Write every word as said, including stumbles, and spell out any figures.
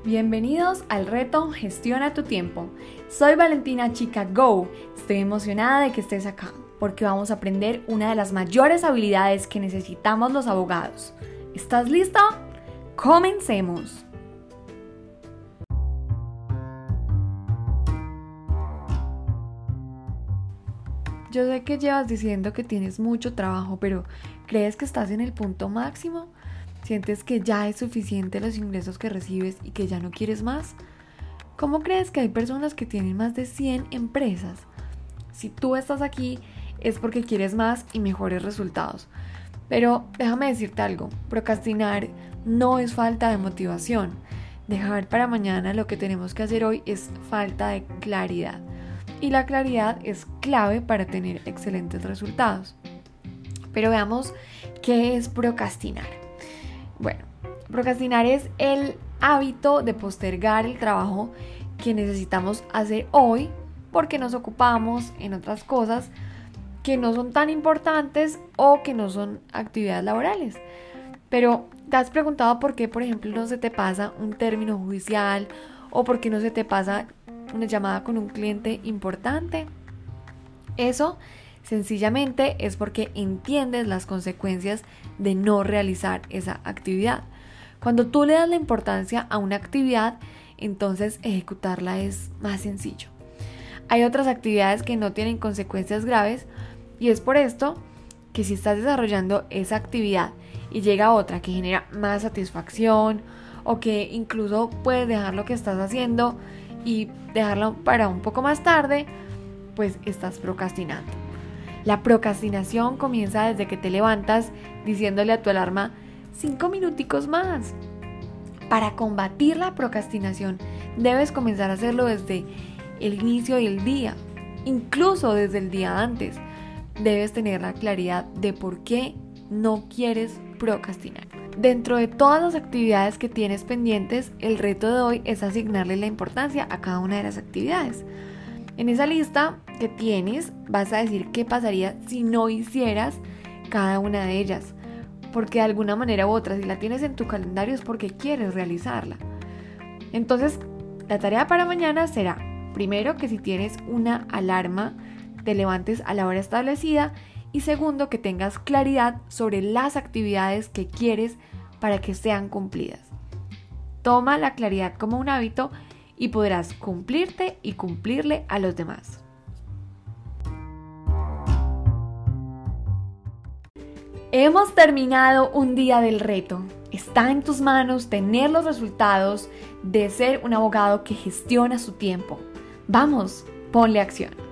Bienvenidos al reto Gestiona tu tiempo. Soy Valentina Chica Go. Estoy emocionada de que estés acá porque vamos a aprender una de las mayores habilidades que necesitamos los abogados. ¿Estás lista? ¡Comencemos! Yo sé que llevas diciendo que tienes mucho trabajo, pero ¿crees que estás en el punto máximo? ¿Sientes que ya es suficiente los ingresos que recibes y que ya no quieres más? ¿Cómo crees que hay personas que tienen más de cien empresas? Si tú estás aquí es porque quieres más y mejores resultados. Pero déjame decirte algo, procrastinar no es falta de motivación. Dejar para mañana lo que tenemos que hacer hoy es falta de claridad. Y la claridad es clave para tener excelentes resultados. Pero veamos qué es procrastinar. Bueno, procrastinar es el hábito de postergar el trabajo que necesitamos hacer hoy porque nos ocupamos en otras cosas que no son tan importantes o que no son actividades laborales. Pero ¿te has preguntado por qué, por ejemplo, no se te pasa un término judicial o por qué no se te pasa una llamada con un cliente importante? Eso sencillamente es porque entiendes las consecuencias de no realizar esa actividad. Cuando tú le das la importancia a una actividad, entonces ejecutarla es más sencillo. Hay otras actividades que no tienen consecuencias graves y es por esto que si estás desarrollando esa actividad y llega otra que genera más satisfacción o que incluso puedes dejar lo que estás haciendo y dejarlo para un poco más tarde, pues estás procrastinando. La procrastinación comienza desde que te levantas diciéndole a tu alarma cinco minuticos más. Para combatir la procrastinación debes comenzar a hacerlo desde el inicio del día, incluso desde el día antes. Debes tener la claridad de por qué no quieres procrastinar. Dentro de todas las actividades que tienes pendientes, el reto de hoy es asignarle la importancia a cada una de las actividades. En esa lista que tienes vas a decir qué pasaría si no hicieras cada una de ellas, porque de alguna manera u otra si la tienes en tu calendario es porque quieres realizarla. Entonces la tarea para mañana será, primero, que si tienes una alarma te levantes a la hora establecida y segundo, que tengas claridad sobre las actividades que quieres para que sean cumplidas. Toma la claridad como un hábito y podrás cumplirte y cumplirle a los demás. Hemos terminado un día del reto. Está en tus manos tener los resultados de ser un abogado que gestiona su tiempo. Vamos, ponle acción.